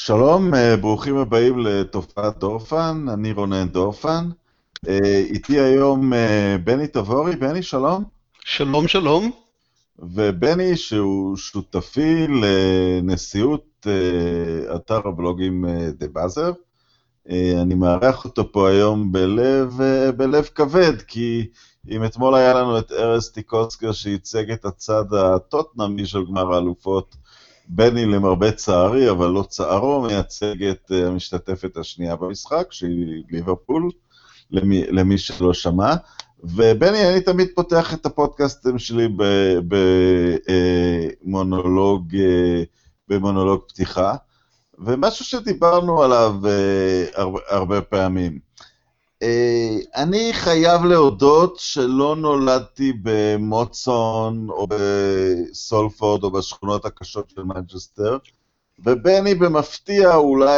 שלום, ברוכים הבאים לתופעת דורפן, אני רונן דורפן. איתי היום בני תבורי. בני, שלום. שלום, שלום. ובני שהוא שותפי לנשיאות אתר הבלוגים דה באזר. אני מארח אותו פה היום בלב כבד, כי אם אתמול היה לנו את ארז טיקוסקר שייצג את הצד הטוטנאמי של גמר האלופות, בני למרבה צערי, אבל לא צערו, מייצג את המשתתפת השנייה במשחק, שהיא ליברפול, למי שלא שמע. ובני, אני תמיד פותח את הפודקאסטים שלי במונולוג פתיחה, ומשהו שדיברנו עליו הרבה פעמים. אני חייב להודות שלא נולדתי במוצון או בסולפורד או בשכונות הקשות של מנצ'סטר, ובני במפתיע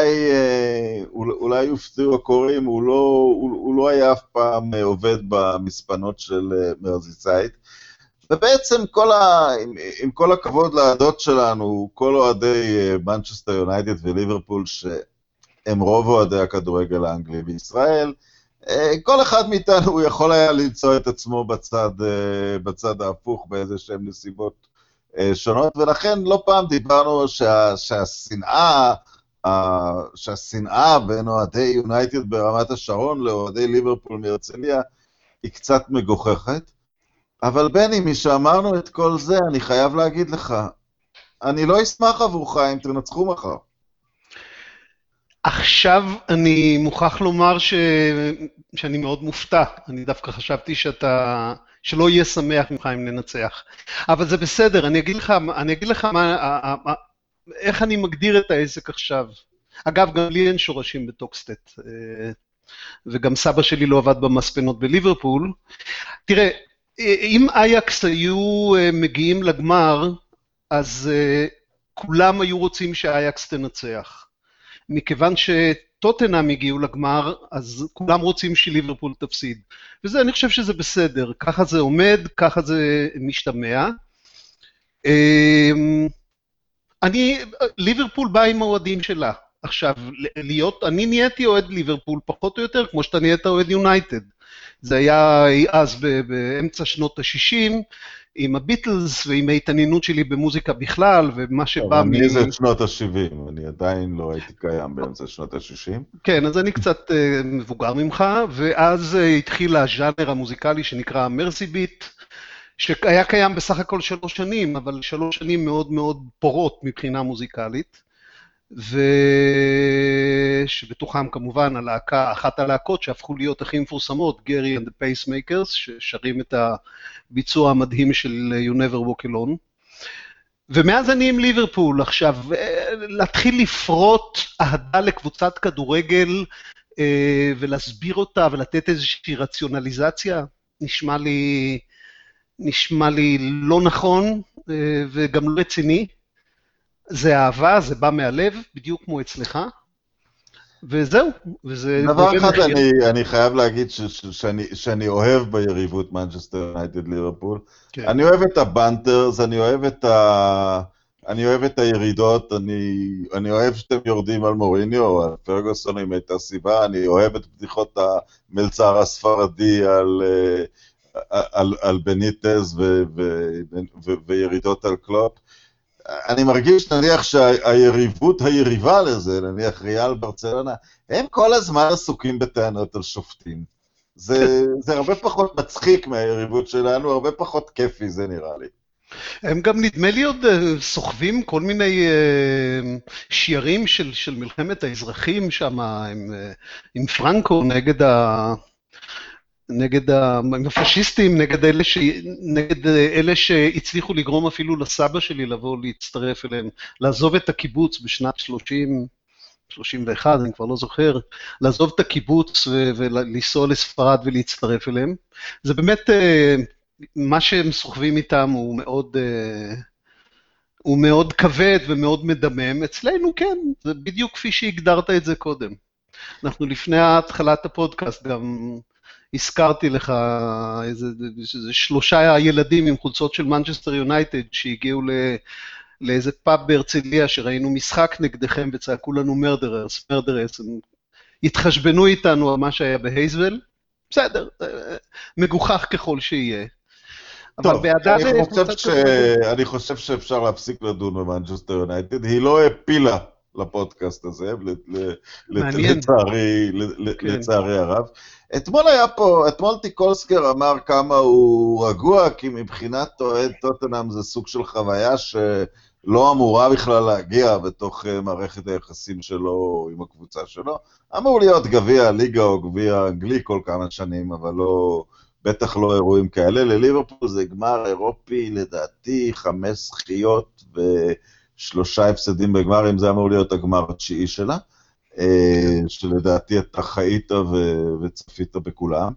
אולי יופתעו הקוראים, הוא לא היה אף פעם עובד במספנות של מרזיסייד, ובעצם עם כל הכבוד לעדות שלנו, כל אוהדי מנצ'סטר יונייטד וליברפול שהם רוב אוהדי הכדורגל האנגלי בישראל, כל אחד מאיתנו הוא יכול היה למצוא את עצמו בצד ההפוך באיזה שהן נסיבות שונות, ולכן לא פעם דיברנו שהשנאה בין אוהדי יונייטד ברמת השרון לאוהדי ליברפול מהרצליה היא קצת מגוחכת. אבל בני, משאמרנו את כל זה, אני חייב להגיד לך, אני לא אשמח עבורך אם תנצחו מחר. עכשיו אני מוכרח לומר שאני מאוד מופתע. אני דווקא חשבתי שלא יהיה שמח ממך אם ננצח. אבל זה בסדר, אני אגיד לך איך אני מגדיר את העסק עכשיו. אגב, גם לי אין שורשים בטוקסטט, וגם סבא שלי לא עבד במספנות בליברפול. תראה, אם אייקס היו מגיעים לגמר, אז כולם היו רוצים שאייקס תנצח. מכיוון שטוטנהאם הגיעו לגמר, אז כולם רוצים שליברפול תפסיד. וזה, אני חושב שזה בסדר. ככה זה עומד, ככה זה משתמע. ליברפול בא עם האוהדים שלה. עכשיו, אני נהייתי אוהד ליברפול פחות או יותר, כמו שאתה נהיית אוהד יונייטד. זה היה אז באמצע שנות ה-60, עם הביטלס ועם ההתעניינות שלי במוזיקה בכלל, ומה שבא אני זה שנות ה-70, אני עדיין לא הייתי קיים באמצע שנות ה-60. כן, אז אני קצת מבוגר ממך, ואז התחיל הז'אנר המוזיקלי שנקרא מרסי ביט, שהיה קיים בסך הכל 3 שנים, אבל 3 שנים מאוד מאוד פורות מבחינה מוזיקלית, ושבתוכם כמובן אחת הלהקות שהפכו להיות הכי מפורסמות, גרי and the Pacemakers, ששרים את הביצוע המדהים של You Never Walk Alone. ומאז אני עם ליברפול. עכשיו, להתחיל לפרוט אהדה לקבוצת כדורגל ולהסביר אותה ולתת איזושהי רציונליזציה, נשמע לי לא נכון וגם לא רציני. זה אהבה, זה בא מהלב, בדיוק כמו אצלך, וזהו. דבר אחד אני חייב להגיד שאני אוהב ביריבות מנצ'סטר יונייטד ליברפול. אני אוהב את הבנטרס, אני אוהב את הירידות, אני אוהב שאתם יורדים על מוריניו או על פרגוסון אם הייתה סיבה, אני אוהב את בדיחות המלצר הספרדי על בניטז וירידות על קלופ. אני מרגיש, נניח, היריבה לזה, נניח ריאל ברצלונה, הם כל הזמן עסוקים בטענות על שופטים. זה הרבה פחות מצחיק מהיריבות שלנו, הרבה פחות כיפי, זה נראה לי. הם גם נדמה לי עוד סוחבים כל מיני שיערים של מלחמת האזרחים שם, עם פרנקו נגד הפשיסטים, נגד אלה שהצליחו לגרום אפילו לסבא שלי לבוא להצטרף אליהם, לעזוב את הקיבוץ בשנת 31, אני כבר לא זוכר, לעזוב את הקיבוץ ולנסוע לספרד ולהצטרף אליהם. זה באמת, מה שהם סוחבים איתם הוא מאוד כבד ומאוד מדמם. אצלנו כן, זה בדיוק כפי שהגדרת את זה קודם. אנחנו לפני התחלת הפודקאסט גם הזכרתי לך איזה 3 ילדים עם חולצות של מנצ'סטר יונייטד שהגיעו לאיזה פאב בהרצליה שראינו משחק נגדכם וצעקו לנו מרדררס, הם התחשבנו איתנו על מה שהיה בהייזבל, בסדר, מגוחך ככל שיהיה. טוב, אני חושב שאפשר להפסיק לדון במנצ'סטר יונייטד, היא לא הפילה לפודקאסט הזה, לצערי הרב. אתמול טיקולסקר אמר כמה הוא רגוע, כי מבחינת אוהד טוטנהאם זה סוג של חוויה שלא אמורה בכלל להגיע בתוך מערכת היחסים שלו עם הקבוצה שלו. אמור להיות גביע הליגה או גביע אנגלי כל כמה שנים, אבל לא... בטח לא אירועים כאלה. לליברפול זה גמר אירופי, לדעתי 5 זכיות ו3 הפסדים בגמר, אם זה אמור להיות הגמר התשיעי שלה, שלדעתי אתה חיית וצפית בכולם.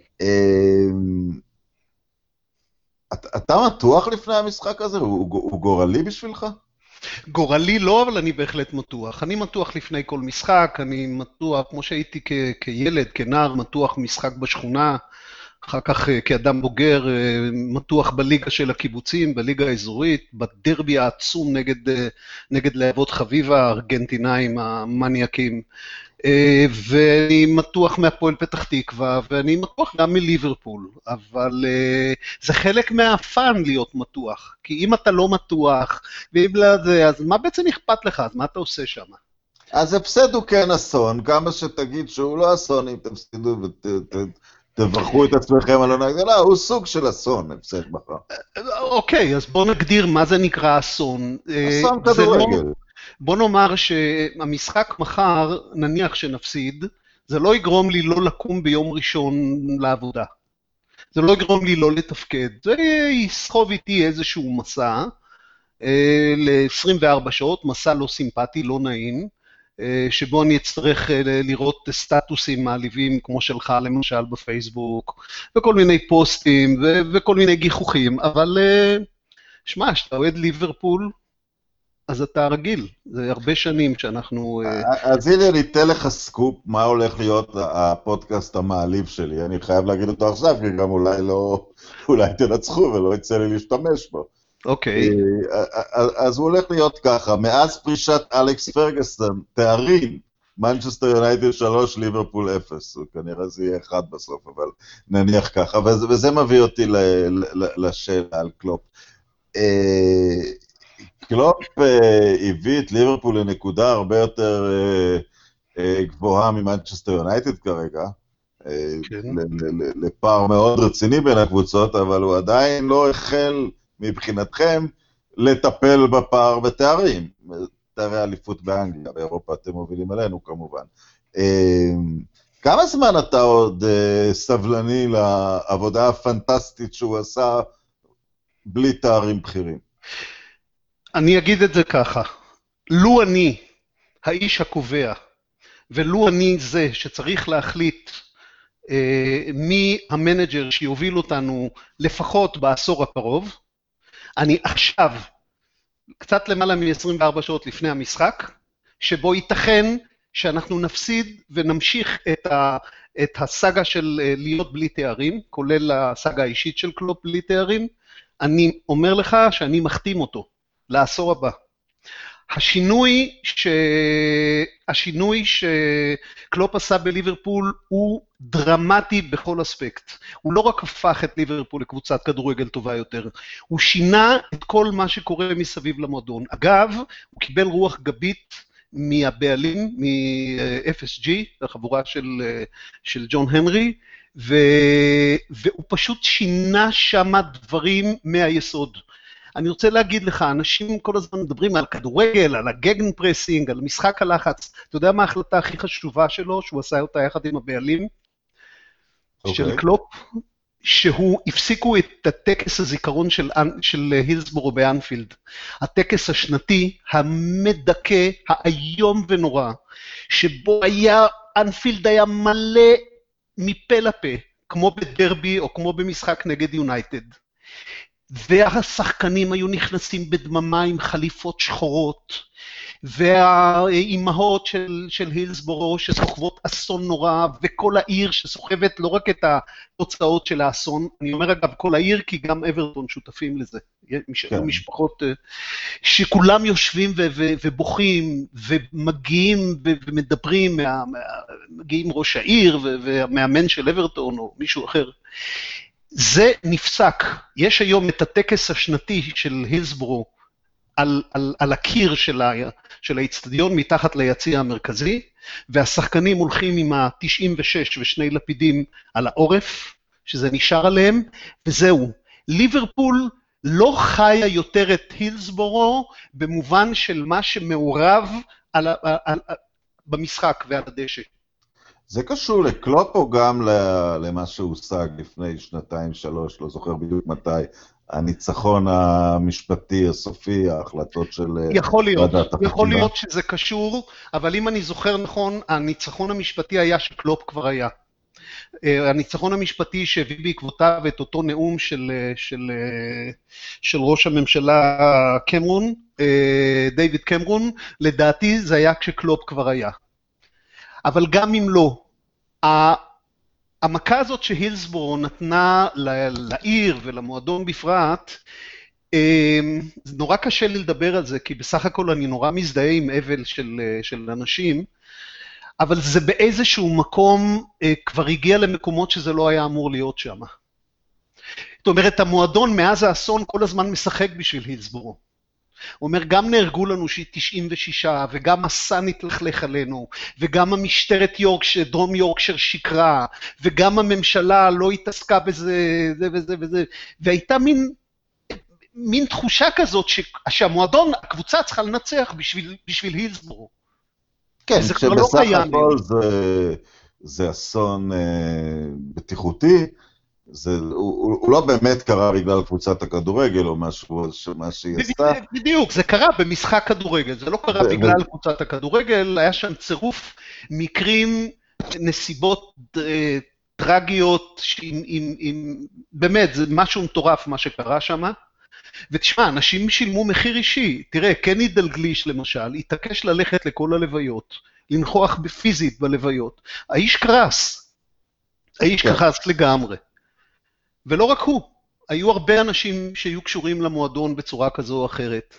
אתה מתוח לפני המשחק הזה? הוא גורלי בשבילך? גורלי לא, אבל אני בהחלט מתוח. אני מתוח לפני כל משחק, אני מתוח, כמו שהייתי כילד, כנער, מתוח משחק בשכונה, אחר כך כאדם בוגר מתוח בליגה של הקיבוצים, בליגה האזורית, בדרבי העצום נגד להבות חביבה, הארגנטינאים המניאקים, ואני מתוח מהפועל פתח תקווה, ואני מתוח גם מליברפול, אבל זה חלק מהפן להיות מתוח, כי אם אתה לא מתוח, ואם לא זה, אז מה בעצם אכפת לך? אז מה אתה עושה שם? אז הפסד הוא כן אסון, כמה שתגיד שהוא לא אסון, אם תפסידו תבחרו את עצמכם על עונה גדולה, הוא סוג של אסון, הפסד מחר. אוקיי, אז בוא נגדיר מה זה נקרא אסון. אסון כדורגל. בוא נאמר שהמשחק מחר, נניח שנפסיד, זה לא יגרום לי לא לקום ביום ראשון לעבודה. זה לא יגרום לי לא לתפקד. זה יסחוב איתי איזשהו מסע, ל-24 שעות, מסע לא סימפטי, לא נעים, שבו אני אצטרך לראות סטטוסים מעליבים כמו שלך למשל בפייסבוק, וכל מיני פוסטים וכל מיני גיחוכים, אבל שמע, שאתה אוהד ליברפול, אז אתה רגיל, זה הרבה שנים שאנחנו... אז הנה אני אתן לך סקופ מה הולך להיות הפודקאסט המעליב שלי, אני חייב להגיד אותו עכשיו, כי גם אולי תנצחו ולא יצא לי להשתמש בו. אוקיי. אז הוא הולך להיות ככה, מאז פרישת אלכס פרגוסון, תארים, מנצ'סטר יונייטד 3, ליברפול 0, כנראה זה יהיה 1 בסוף, אבל נניח ככה, וזה מביא אותי לשאלה על קלופ. קלופ הביא את ליברפול לנקודה הרבה יותר גבוהה ממנצ'סטר יונייטד כרגע, לפער מאוד רציני בין הקבוצות, אבל הוא עדיין לא החל מבחינתכם לטפל בפער בתארים, תארי אליפות באנגליה, באירופה אתם מובילים עלינו כמובן. כמה זמן אתה עוד סבלני לעבודה הפנטסטית שהוא עשה בלי תארים בכירים? אני אגיד את זה ככה, לו אני האיש הקובע, ולו אני זה שצריך להחליט מי המנג'ר שיוביל אותנו לפחות בעשור הקרוב, אני עכשיו, קצת למעלה מ-24 שעות לפני המשחק, שבו ייתכן שאנחנו נפסיד ונמשיך את הסאגה של להיות בלי תארים, כולל הסאגה האישית של קלופ בלי תארים, אני אומר לך שאני מחתים אותו לעשור הבא. השינוי שקלופ עשה בליברפול הוא דרמטי בכל אספקט. הוא לא רק הפך את ליברפול לקבוצת כדורגל טובה יותר, הוא שינה את כל מה שקורה מסביב למועדון. אגב, הוא קיבל רוח גבית מהבעלים, מ-FSG, החבורה של ג'ון הנרי, והוא פשוט שינה שם דברים מהיסוד. אני רוצה להגיד לך, אנשים כל הזמן מדברים על כדורגל, על הגגן פרסינג, על משחק הלחץ. אתה יודע מה ההחלטה הכי חשובה שלו, שהוא עשה אותה יחד עם הבעלים של קלופ? שהוא הפסיקו את הטקס הזיכרון של הילסבורו באנפילד. הטקס השנתי המדכא, האיום ונורא, שבו אנפילד היה מלא מפה לפה, כמו בדרבי או כמו במשחק נגד יונייטד. והשחקנים היו נכנסים בדממה עם חליפות שחורות, והאימהות של הילסבורו שסוחבות אסון נורא, וכל העיר שסוחבת לא רק את התוצאות של האסון, אני אומר אגב כל העיר כי גם אברטון שותפים לזה, כן. משפחות שכולם יושבים ובוכים ומגיעים ומדברים, מגיעים ראש העיר והמאמן של אברטון או מישהו אחר, זה נפסק. יש היום את הטקס השנתי של הילסבורו על הקיר של האצטדיון מתחת ליציע המרכזי, והשחקנים הולכים עם ה-96 ושני לפידים על העורף, שזה נשאר עליהם, וזהו. ליברפול לא חיה יותר את הילסבורו במובן של מה שמעורב במשחק ועל הדשא. זה קשור לקלופ או גם למה שהושג לפני 2-3, לא זוכר בדיוק מתי, הניצחון המשפטי הסופי, ההחלטות של יכול להיות שזה קשור, אבל אם אני זוכר נכון, הניצחון המשפטי היה שקלופ כבר היה. הניצחון המשפטי שהביא בעקבותיו את אותו נאום של ראש הממשלה קמרון, דיוויד קמרון, לדעתי זה היה כשקלופ כבר היה. אבל גם אם לא, המכה הזאת שהילסבורו נתנה לעיר ולמועדון בפרט, זה נורא קשה לי לדבר על זה, כי בסך הכל אני נורא מזדהה עם אבל של אנשים, אבל זה באיזשהו מקום כבר הגיע למקומות שזה לא היה אמור להיות שם. זאת אומרת, המועדון מאז האסון כל הזמן משחק בשביל הילסבורו. הוא אומר, גם נהרגו לנו 96, וגם הסן התלכלך עלינו, וגם המשטרת דרום יורקשר שקרה, וגם הממשלה לא התעסקה בזה, זה וזה וזה, והייתה מין תחושה כזאת שהמועדון, הקבוצה צריכה לנצח בשביל הילסבורו. כן, שבסך הכל זה אסון בטיחותי, הוא לא באמת קרה בגלל קבוצת הכדורגל או משהו מה שהיא עשתה. בדיוק, זה קרה במשחק כדורגל, זה לא קרה בגלל קבוצת הכדורגל, היה שם צירוף מקרים, נסיבות טרגיות, באמת, זה משהו מטורף מה שקרה שם, ותשמע, אנשים שילמו מחיר אישי, תראה, קני דלגליש למשל, התעקש ללכת לכל הלוויות, לנכוח בפיזית בלוויות, האיש קרס לגמרי. ולא רק הוא, היו הרבה אנשים שהיו קשורים למועדון בצורה כזו או אחרת.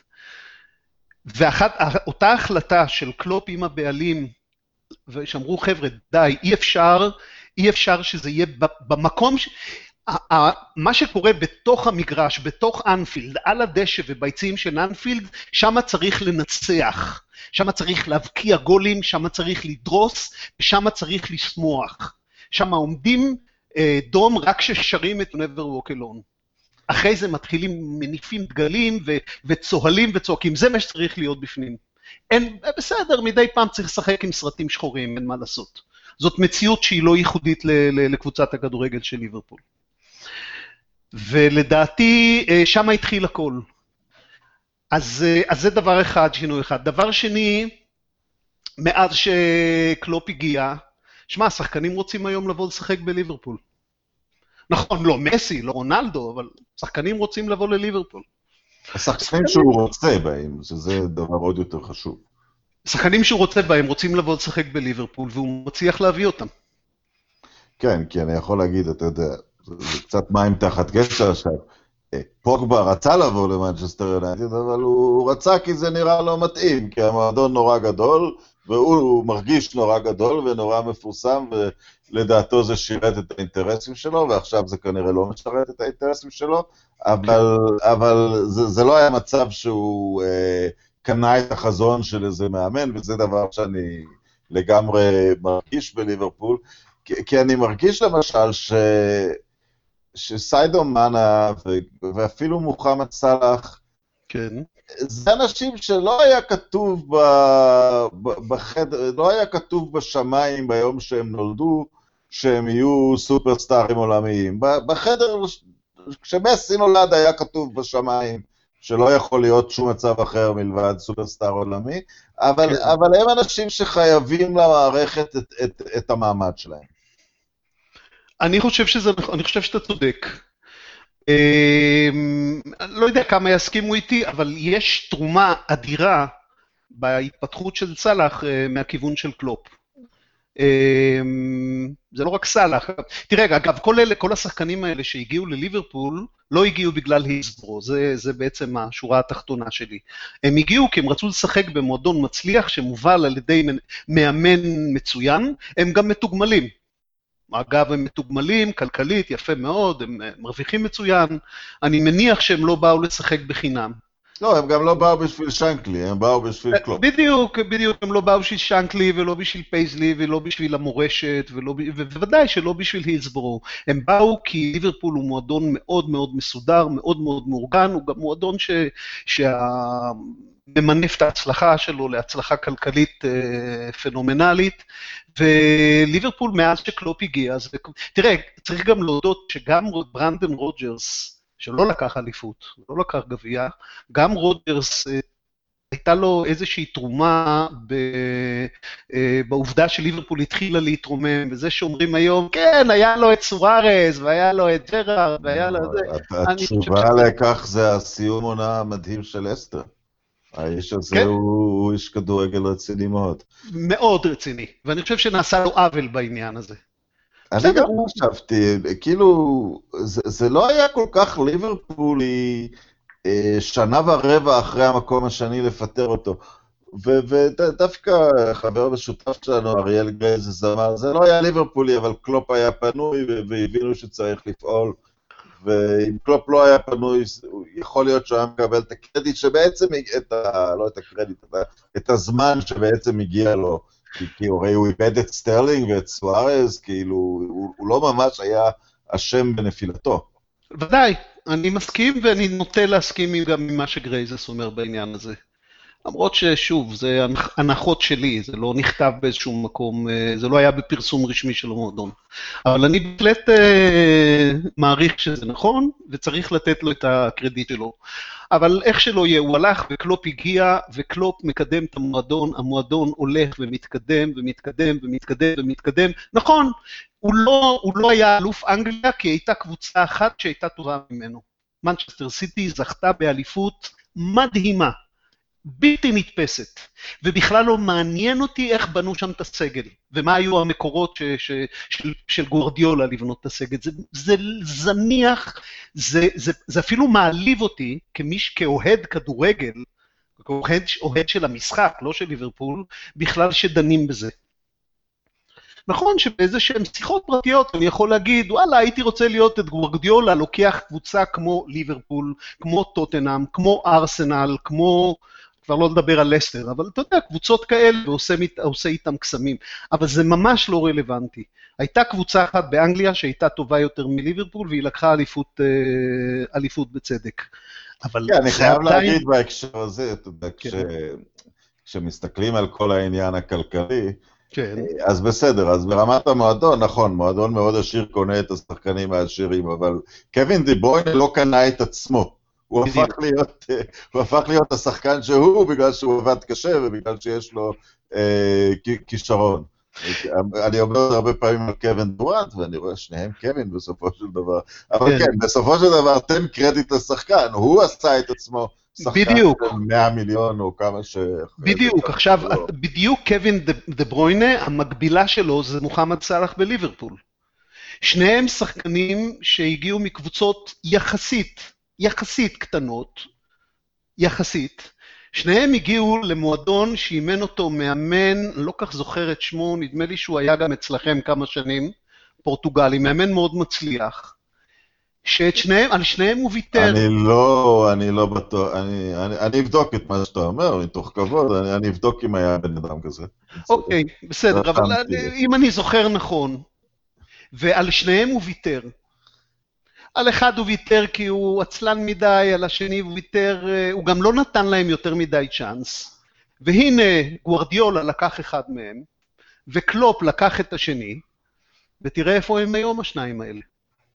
ואותה החלטה של קלופ עם הבעלים, ושאמרו חבר'ה, די, אי אפשר שזה יהיה במקום, מה שקורה בתוך המגרש, בתוך אנפילד, על הדשא וביציעים של אנפילד, שם צריך לנצח, שם צריך להבקיע גולים, שם צריך לדרוס, ושם צריך לשמוח. שם עומדים דום רק ששרים את Never Walk Alone. אחרי זה מתחילים מניפים דגלים וצוהלים וצועקים, זה מה שצריך להיות בפנים. בסדר, מדי פעם צריך לשחק עם סרטים שחורים, אין מה לעשות. זאת מציאות שהיא לא ייחודית לקבוצת הכדורגל של ליברפול. ולדעתי שם התחיל הכל. אז זה דבר אחד, שינוי אחד. דבר שני, מאז שקלופ הגיע, שמע, השחקנים רוצים היום לבוא לשחק בליברפול. נכון, לא מסי, לא רונלדו, אבל שחקנים רוצים לבוא לליברפול. השחקנים שהוא רוצה בהם, שזה דבר עוד יותר חשוב. שחקנים שהוא רוצה בהם רוצים לבוא לשחק בליברפול, והוא מצליח להביא אותם. כן, כי אני יכול להגיד, אתה יודע, זה קצת מים תחת גשר עכשיו. פוגבה רצה לבוא למנצ'סטר יונייטד, אבל הוא רצה כי זה נראה לא מתאים, כי המועדון נורא גדול, והוא מרגיש נורא גדול ונורא מפורסם, ולדעתו זה שירת את האינטרסים שלו, ועכשיו זה כנראה לא משרת את האינטרסים שלו, אבל זה לא היה מצב שהוא קנה את החזון של איזה מאמן, וזה דבר שאני לגמרי מרגיש בליברפול, כי אני מרגיש למשל שסיידו מנה ואפילו מוחמד סלאח, כן. זה אנשים שלא היה כתוב בחדר, לא היה כתוב בשמיים ביום שהם נולדו, שהם יהיו סופרסטארים עולמיים. בחדר, כשמסי נולד היה כתוב בשמיים, שלא יכול להיות שום מצב אחר מלבד סופרסטאר עולמי, אבל הם אנשים שחייבים למערכת את המעמד שלהם. אני חושב שאתה צודק. לא יודע כמה יסכימו איתי, אבל יש תרומה אדירה בהתפתחות של סלאח מהכיוון של קלופ. זה לא רק סלאח. תראה, אגב, כל השחקנים האלה שהגיעו לליברפול, לא הגיעו בגלל היסברו, זה בעצם השורה התחתונה שלי. הם הגיעו כי הם רצו לשחק במועדון מצליח, שמובל על ידי מאמן מצוין, הם גם מתוגמלים. אגב, הם מתוגמלים, כלכלית, יפה מאוד, הם מרוויחים מצוין, אני מניח שהם לא באו לשחק בחינם. לא, הם גם לא באו בשביל שנקלי, הם באו בשביל קלופ. בדיוק, הם לא באו בשביל שנקלי, ולא בשביל פייזלי, ולא בשביל המורשת, ובוודאי שלא בשביל הילסבורו. הם באו כי ליברפול הוא מועדון מאוד מאוד מסודר, מאוד מאוד מאורגן, הוא גם מועדון שממנף את ההצלחה שלו להצלחה כלכלית פנומנלית, וליברפול מאז שקלופ הגיע, תראה, צריך גם להודות שגם ברנדן רוג'רס, שלא לקח אליפות, לא לקח גביע, גם רוג'רס הייתה לו איזושהי תרומה בעובדה שליברפול התחילה להתרומם, וזה שאומרים היום, כן, היה לו את סוארז, והיה לו את ג'רארד, והיה לו זה. התשובה לכך זה הסיום עונה המדהים של אסטר. האיש הזה הוא איש כדורגל רציני מאוד. מאוד רציני, ואני חושב שנעשה לו עוול בעניין הזה. אני גם חשבתי, כאילו, זה לא היה כל כך ליברפולי שנה ורבע אחרי המקום השני לפטר אותו. ודווקא חבר ושותף שלנו, אריאל גרייז, אמר, זה לא היה ליברפולי, אבל קלופ היה פנוי, והבינו שצריך לפעול. ואם קלופ לא היה פנוי, יכול להיות שהוא היה מקבל את הקרדיט שבעצם, לא את הקרדיט, את הזמן שבעצם הגיע לו. כי הרי הוא איבד את סטרלינג ואת סוארז, כאילו, הוא לא ממש היה אשם בנפילתו. ודאי, אני מסכים ואני נוטה להסכים גם עם מה שגרייזס אומר בעניין הזה. למרות ששוב, זה הנחות שלי, זה לא נכתב באיזשהו מקום, זה לא היה בפרסום רשמי של המועדון. אבל אני בהחלט מעריך שזה נכון, וצריך לתת לו את הקרדיט שלו. אבל איך שלא יהיה, הוא הלך וקלופ הגיע, וקלופ מקדם את המועדון, המועדון הולך ומתקדם ומתקדם ומתקדם ומתקדם. נכון, הוא לא היה אלוף אנגליה, כי הייתה קבוצה אחת שהייתה טובה ממנו. מנצ'סטר סיטי זכתה באליפות מדהימה. בלתי נתפסת, ובכלל לא מעניין אותי איך בנו שם את הסגל, ומה היו המקורות של גוארדיולה לבנות את הסגל. זה זניח, זה אפילו מעליב אותי, כאוהד כדורגל, כאוהד של המשחק, לא של ליברפול, בכלל שדנים בזה. נכון שבאיזה שהן שיחות פרטיות אני יכול להגיד, וואלה, הייתי רוצה להיות את גוארדיולה, לוקח קבוצה כמו ליברפול, כמו טוטנהאם, כמו ארסנל, כמו... כבר לא לדבר על לסטר, אבל אתה יודע, קבוצות כאלה, ועושה איתם קסמים. אבל זה ממש לא רלוונטי. הייתה קבוצה אחת באנגליה שהייתה טובה יותר מליברפול, והיא לקחה אליפות בצדק. אבל כן, אני חייב להגיד בהקשר הזה, אתה יודע, כשמסתכלים על כל העניין הכלכלי, אז בסדר, אז ברמת המועדון, נכון, מועדון מאוד עשיר קונה את השחקנים העשירים, אבל קווין די ברוינה לא קנה את עצמו. הוא הפך להיות השחקן שהוא, בגלל שהוא עבד קשה ובגלל שיש לו כישרון. אני אומר הרבה פעמים על קווין דורנט, ואני רואה שניהם קווין בסופו של דבר. אבל כן, בסופו של דבר, תן קרדיט לשחקן, הוא עשה את עצמו שחקן של 100 מיליון או כמה ש... בדיוק, עכשיו, בדיוק קווין דה ברוינה, המקבילה שלו זה מוחמד סלאח בליברפול. שניהם שחקנים שהגיעו מקבוצות יחסית קטנות, יחסית, שניהם הגיעו למועדון שאימן אותו מאמן, לא כך זוכר את שמו, נדמה לי שהוא היה גם אצלכם כמה שנים, פורטוגלי, מאמן מאוד מצליח, על שניהם הוא ויתר. אני לא בטוח, אני אבדוק את מה שאתה אומר, מתוך כבוד, אני אבדוק אם היה בן אדם כזה. אוקיי, בסדר, אבל אם אני זוכר נכון, ועל שניהם הוא ויתר, על אחד הוא ויתר כי הוא עצלן מדי, על השני הוא ויתר, הוא גם לא נתן להם יותר מדי צ'אנס, והנה גוארדיולה לקח אחד מהם, וקלופ לקח את השני, ותראה איפה הם היום השניים האלה.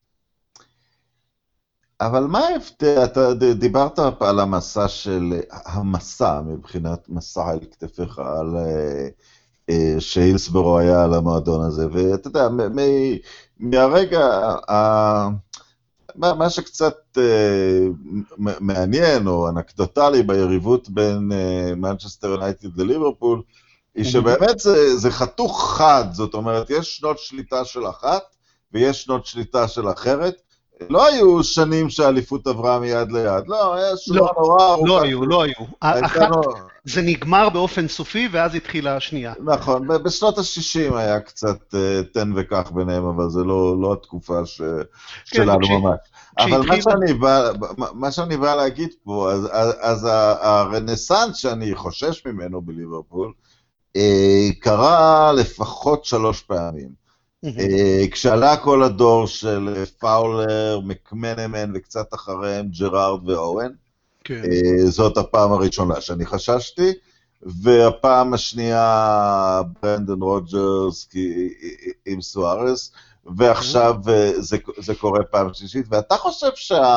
אבל מה ההבדל, אתה דיברת על המסע מבחינת מסע על כתפיך, על שהילסבורו היה על המועדון הזה, ואתה יודע, מהרגע, מה שקצת מעניין או אנקדוטלי ביריבות בין מנצ'סטר יונייטד לליברפול, היא שבאמת זה חתוך חד, זאת אומרת, יש שנות שליטה של אחת, ויש שנות שליטה של אחרת. לא היו שנים שהאליפות עברה מיד ליד, לא, היה שורה נורא ארוכה. לא היו. אחת, זה נגמר באופן סופי, ואז התחילה השנייה. נכון, בשנות ה-60 היה קצת תן וכך ביניהם, אבל זה לא התקופה שלנו ממש. אבל מה שאני בא להגיד פה, אז הרנסנס שאני חושש ממנו בליברפול, קרה לפחות 3 פעמים. כשעלה כל הדור של פאולר, מקמנמן וקצת אחריהם ג'רארד ואוון, זאת הפעם הראשונה שאני חששתי, והפעם השנייה ברנדן רוג'רס עם סוארס, ועכשיו זה קורה פעם שלישית, ואתה חושב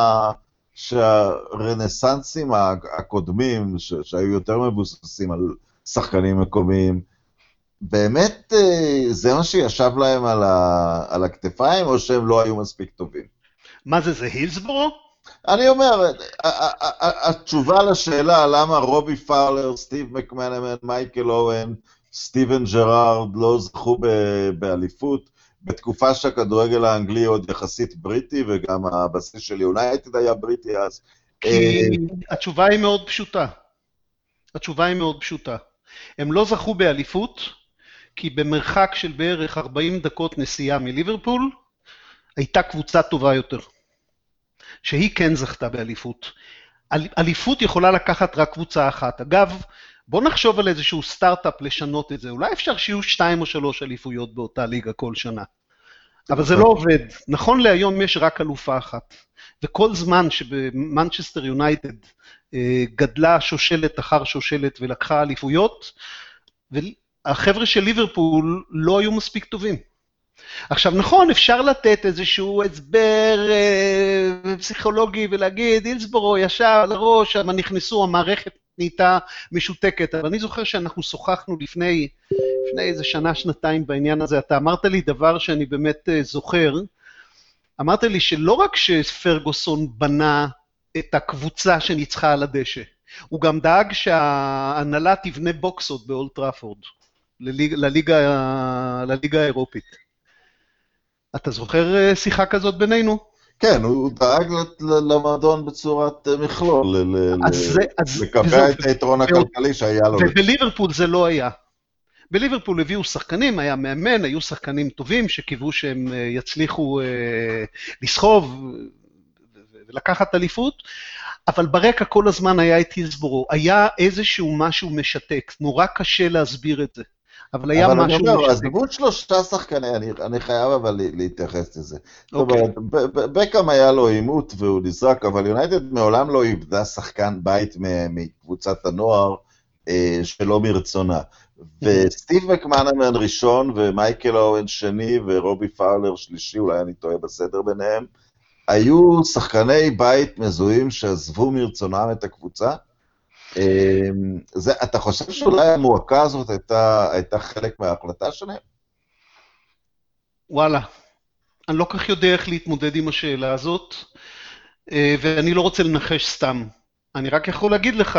שהרנסנסים הקודמים, שהיו יותר מבוססים על שחקנים מקומיים, באמת זה מה שישב להם על הכתפיים, או שהם לא היו מספיק טובים? מה זה הילסבורו? אני אומר, התשובה לשאלה למה רובי פאולר, סטיב מקמנמן, מייקל אוון, סטיבן ג'רארד לא זכו באליפות, בתקופה שהכדורגל האנגלי עוד יחסית בריטי, וגם הבסיס של יונייטד היה בריטי אז. כי התשובה היא מאוד פשוטה. התשובה היא מאוד פשוטה. הם לא זכו באליפות, כי במרחק של בערך 40 דקות נסיעה מליברפול, הייתה קבוצה טובה יותר, שהיא כן זכתה באליפות. אליפות יכולה לקחת רק קבוצה אחת. אגב, בוא נחשוב על איזשהו סטארט-אפ לשנות את זה. אולי אפשר שיהיו 2 או 3 אליפויות באותה ליגה כל שנה. אבל זה לא עובד. נכון להיום יש רק אלופה אחת. וכל זמן שבמנצ'סטר יונייטד גדלה שושלת אחר שושלת ולקחה אליפויות, והחבר'ה של ליברפול לא היו מספיק טובים. עכשיו נכון, אפשר לתת איזשהו הסבר פסיכולוגי ולהגיד, הילסבורו ישב על הראש, אבל נכנסו, המערכת נהייתה משותקת, אבל אני זוכר שאנחנו שוחחנו לפני איזה שנה, שנתיים בעניין הזה, אתה אמרת לי דבר שאני באמת זוכר, אמרת לי שלא רק שפרגוסון בנה את הקבוצה שניצחה על הדשא, הוא גם דאג שההנהלה תבנה בוקסות באולד טראפורד, לליגה האירופית. אתה זוכר שיחה כזאת בינינו? כן, הוא דאג למועדון בצורת מכלול, לקבע את היתרון הכלכלי שהיה לו. ובליברפול זה לא היה. בליברפול הביאו שחקנים, היה מאמן, היו שחקנים טובים שקיוו שהם יצליחו לסחוב ולקחת אליפות, אבל ברקע כל הזמן היה את הילסבורו, היה איזשהו משהו משתק, נורא קשה להסביר את זה. אבל היה משהו משתק. אבל אני אומר, הזדמות 3 שחקנים, אני חייב אבל להתייחס לזה. זאת אומרת, בקאם היה לו עימות והוא נזרק, אבל יונייטד מעולם לא איבדה שחקן בית מקבוצת הנוער שלא מרצונה. וסטיב מקמנמן ראשון, ומייקל אוון שני, ורובי פאולר שלישי, אולי אני טועה בסדר ביניהם, היו שחקני בית מזוהים שעזבו מרצונם את הקבוצה. אתה חושב שאולי המועקה הזאת הייתה חלק מההחלטה שלהם? וואלה, אני לא כך יודע איך להתמודד עם השאלה הזאת, ואני לא רוצה לנחש סתם. אני רק יכול להגיד לך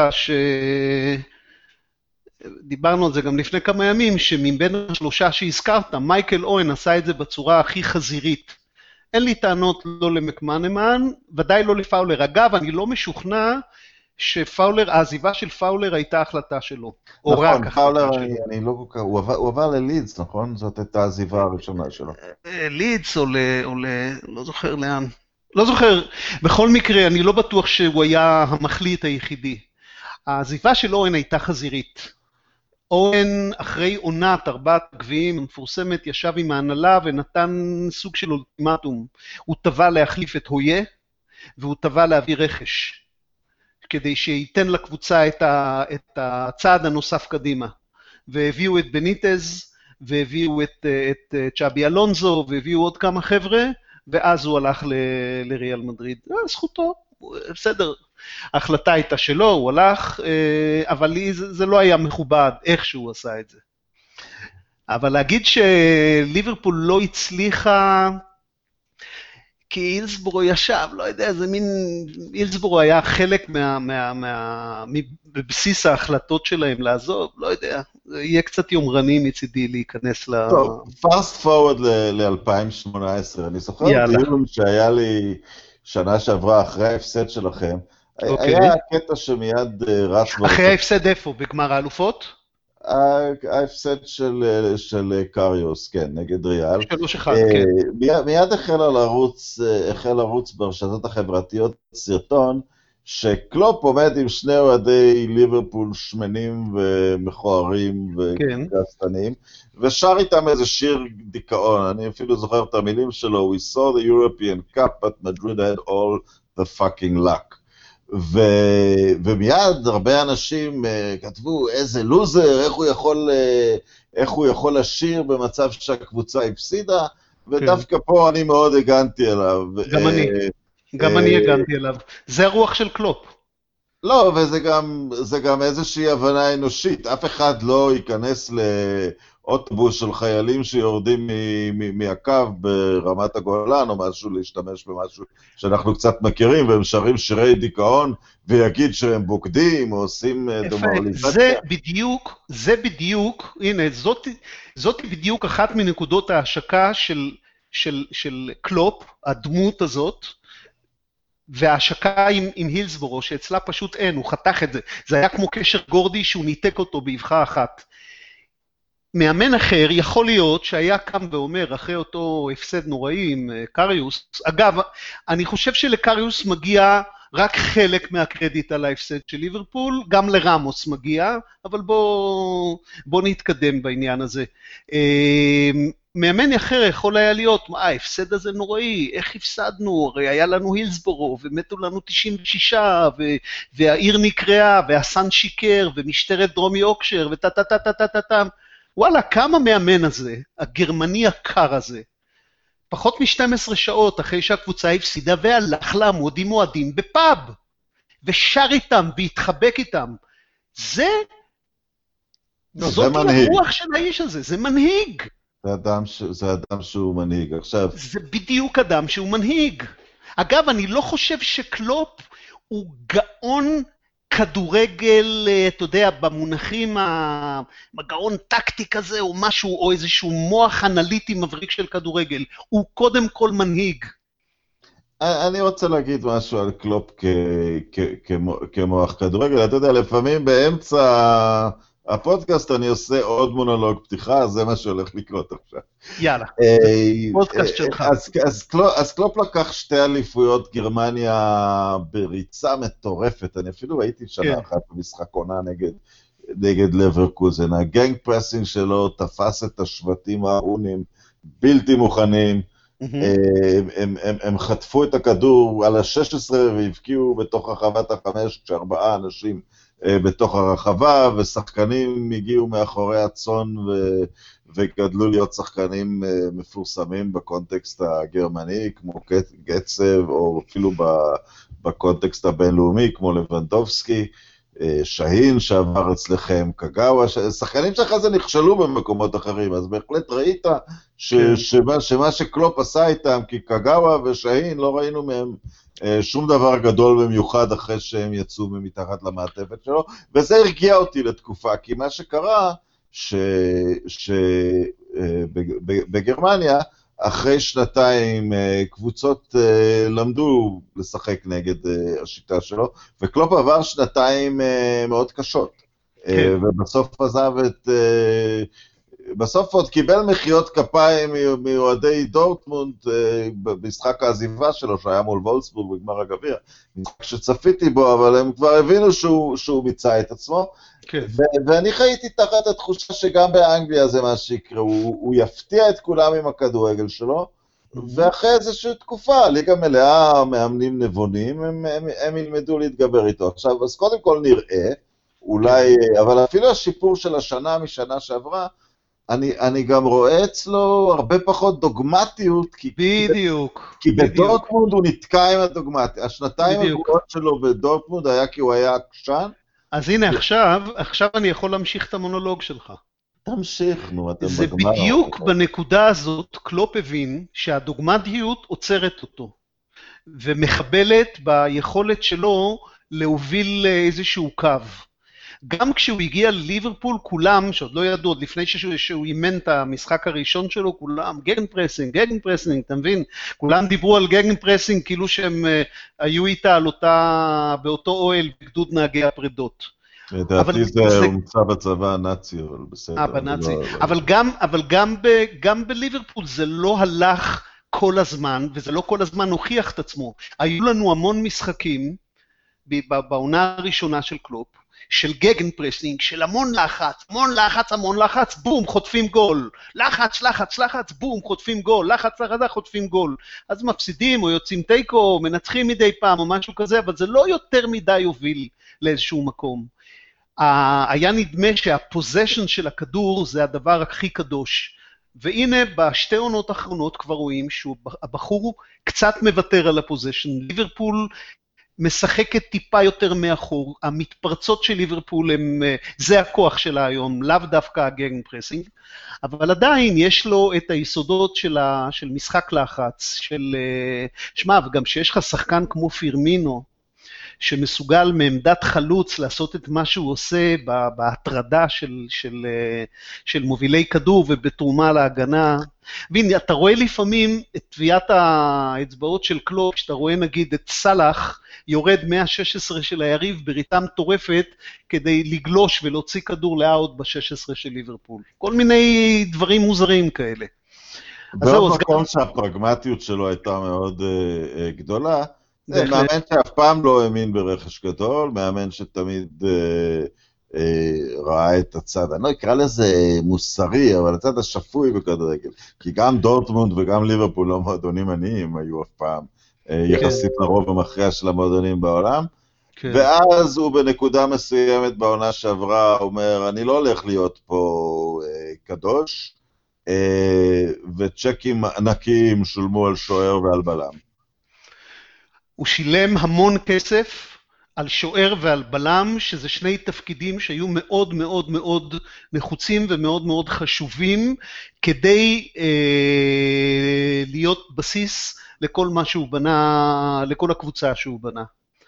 דיברנו על זה גם לפני כמה ימים, שמבין 3 שהזכרת, מייקל אוון עשה את זה בצורה הכי חזירית. אין לי טענות לא למקמנמן, ודאי לא לפאולר. אגב, אני לא משוכנע שפאולר, העזיבה של פאולר הייתה החלטה שלו. נכון, פאולר, אני לא כל כך, הוא עבר ללידס, נכון? זאת הייתה העזיבה הראשונה שלו. לידס או לא זוכר לאן. לא זוכר. בכל מקרה, אני לא בטוח שהוא היה המחליט היחידי. העזיבה של אוון הייתה חזירית. אוון, אחרי עונת 4 גביעים המפורסמת, ישב עם ההנהלה ונתן סוג של אולטימטום. הוא טבע להחליף את הויה, והוא טבע להביא רכש, כדי שייתן לקבוצה את הצעד הנוסף קדימה. והביאו את בניטז, והביאו את צ'אבי אלונזו, והביאו עוד כמה חבר'ה, ואז הוא הלך לריאל מדריד. זכותו, בסדר. ההחלטה הייתה שלו, הוא הלך, אבל זה לא היה מכובד איך שהוא עשה את זה. אבל להגיד שליברפול לא הצליחה, כי הילסבורו ישב, לא יודע, זה מין, הילסבורו היה חלק בבסיס ההחלטות שלהם לעזוב, לא יודע, זה יהיה קצת יומרני מצידי להיכנס טוב, fast forward ל-2018, אני זוכר דיון שהיה לי שנה שעברה אחרי ההפסד שלכם, היה קטע שמיד רץ... אחרי ההפסד איפה? בגמר האלופות? ההפסד של קריוס, כן, נגד ריאל. 3-1, כן. מיד החל לרוץ ברשתות החברתיות סרטון, שקלופ עומד עם שני אוהדי ליברפול שמנים ומכוערים וגסתנים, ושר איתם איזה שיר דיכאון, אני אפילו זוכר את המילים שלו, We saw the European Cup, but Madrid had all the fucking luck. ומיד הרבה אנשים כתבו איזה לוזר, איך הוא יכול לשיר במצב שהקבוצה הפסידה, ודווקא פה אני מאוד הגנתי אליו. גם אני הגנתי אליו. זה הרוח של קלופ. לא, וזה גם איזושהי הבנה אנושית. אף אחד לא ייכנס לאוטובוס של חיילים שיורדים מהקו ברמת הגולן או משהו, להשתמש במשהו שאנחנו קצת מכירים, והם שרים שירי דיכאון, ויגיד שהם בוגדים או עושים דמורליזציה. זה בדיוק, הנה, זאת בדיוק אחת מנקודות ההשקה של קלופ, הדמות הזאת, וההשקה עם הילסבורו, שאצלה פשוט אין, הוא חתך את זה. זה היה כמו קשר גורדי שהוא ניתק אותו באבחה אחת. מאמן אחר יכול להיות שהיה קם ואומר, אחרי אותו הפסד נוראי עם קריוס, אגב, אני חושב שלקריוס מגיע רק חלק מהקרדיט על ההפסד של ליברפול, גם לרמוס מגיע, אבל בוא נתקדם בעניין הזה. מאמן אחר יכול היה להיות, ההפסד הזה נוראי, איך הפסדנו, הרי היה לנו הילסבורו, ומתו לנו 96, והעיר נקראה, והסן שיקר, ומשטרת דרומי יורקשייר, וטטטטטטטטם. וואלה, כמה מאמן הזה, הגרמני הקר הזה, פחות מ-12 שעות אחרי שהקבוצה הפסידה, והלך לעמוד עם מועדים בפאב, ושר איתם, והתחבק איתם. זאת הרוח של האיש הזה, זה מנהיג. זה אדם שהוא מנהיג. עכשיו... זה בדיוק אדם שהוא מנהיג. אגב, אני לא חושב שקלופ הוא גאון כדורגל, אתה יודע, במונחים, גאון טקטי כזה או משהו, או איזשהו מוח אנליטי מבריק של כדורגל. הוא קודם כל מנהיג. אני רוצה להגיד משהו על קלופ כמוח כדורגל. אתה יודע, לפעמים באמצע... הפודקאסט אני עושה עוד מונולוג פתיחה, זה מה שהולך לקרות עכשיו. יאללה, פודקאסט שלך. אז קלופ לקח 2 אליפויות גרמניה בריצה מטורפת, אני אפילו הייתי שנה אחת במשחק עונה נגד לברקוזן, הגנג פרסינג שלו תפס את השבטים ההונים בלתי מוכנים, הם חטפו את הכדור על ה-16 והבקיעו בתוך רחבת ה-5 כש4 אנשים בתוך הרחבה, ושחקנים הגיעו מאחורי הצון וגדלו להיות שחקנים מפורסמים בקונטקסט הגרמני, כמו גצב, או אפילו בקונטקסט הבינלאומי, כמו לבנדובסקי, שהין שעבר אצלכם, קגאווה, שחקנים שאחרי זה נכשלו במקומות אחרים, אז בהחלט ראית שמה שקלופ עשה איתם, כי קגאווה ושהין לא ראינו מהם שום דבר גדול במיוחד אחרי שהם יצאו מתחת למעטפת שלו, וזה הרגיע אותי לתקופה, כי מה שקרה, שבגרמניה, אחרי 2 קבוצות למדו לשחק נגד השיטה שלו, וקלופ עבר 2 מאוד קשות, ובסוף עזב בסוף עוד קיבל מחיאות כפיים מאוהדי דורטמונד במשחק העזיבה שלו, שהיה מול וולסבורג בגמר הגביע, משחק שצפיתי בו, אבל הם כבר הבינו שהוא ביצע את עצמו, ואני חייתי תחת התחושה שגם באנגליה זה מה שיקרה, הוא יפתיע את כולם עם הכדורגל שלו, ואחרי איזושהי תקופה, ליגה מלאה, מאמנים נבונים, הם ילמדו להתגבר איתו. עכשיו, אז קודם כל נראה, אולי, אבל אפילו השיפור של השנה משנה שעברה, אני גם רואה אצלו הרבה פחות דוגמטיות, בדיוק. כי בדורטמונד הוא נתקע עם הדוגמטיות. 2 הגרועות שלו בדורטמונד היה כי הוא היה עקשן. אז הנה, עכשיו אני יכול להמשיך את המונולוג שלך. תמשיך, נו, זה בדיוק בנקודה הזאת, קלופ הבין שהדוגמטיות עוצרת אותו. ומחבלת ביכולת שלו להוביל איזשהו קו. גם כשהוא הגיע לליברפול, כולם, שעוד לא ידעו, עוד לפני שהוא אימן את המשחק הראשון שלו, כולם גגן פרסינג, אתה מבין? כולם דיברו על גגן פרסינג כאילו שהם היו איתה באותו אוהל בגדוד נהגי הפרדות. לדעתי זה הומצא בצבא הנאצי, אבל בסדר. בנאצי. אבל גם בליברפול זה לא הלך כל הזמן, וזה לא כל הזמן הוכיח את עצמו. היו לנו המון משחקים בעונה הראשונה של קלופ, של גגן פרסינג, של המון לחץ, בום, חוטפים גול. לחץ, בום, חוטפים גול. לחץ, חוטפים גול. אז מפסידים או יוצאים תיקו, או מנצחים מדי פעם או משהו כזה, אבל זה לא יותר מדי הוביל לאיזשהו מקום. היה נדמה שהפוזיישן של הכדור זה הדבר הכי קדוש. והנה בשתי עונות האחרונות כבר רואים שהבחור קצת מוותר על הפוזיישן. ליברפול משחקת טיפה יותר מאחור, המתפרצות של ליברפול זה הכוח שלה היום, לאו דווקא הגגן פרסינג, אבל עדיין יש לו את היסודות של משחק לחץ, שמע, וגם שיש לך שחקן כמו פירמינו, שמסוגל מעמדת חלוץ לעשות את מה שהוא עושה בהטרדה של מובילי כדור ובתרומה להגנה. והנה, אתה רואה לפעמים את טביעת האצבעות של קלופ, שאתה רואה נגיד את סלאח יורד 116 של היריב בריתה מטורפת כדי לגלוש ולהוציא כדור לאאוט ב-16 של ליברפול. כל מיני דברים מוזרים כאלה. ועוד מקום שהפרגמטיות שלו הייתה מאוד גדולה, זה מאמן שאף פעם לא האמין ברכש גדול, מאמן שתמיד ראה את הצד, אני לא אקרא לזה מוסרי, אבל הצד השפוי בכדורגל, כי גם דורטמונד וגם ליברפול לא מועדונים עניים היו אף פעם, יחסית לרוב המכריע של המועדונים בעולם, ואז הוא בנקודה מסוימת בעונה שעברה אומר, אני לא הולך להיות פה קדוש, וצ'קים ענקיים שולמו על שוער ועל בלם. הוא שילם המון כסף על שוער ועל בלם, שזה שני תפקידים שהיו מאוד מאוד מאוד נחוצים ומאוד מאוד חשובים, כדי להיות בסיס לכל מה שהוא בנה, לכל הקבוצה שהוא בנה.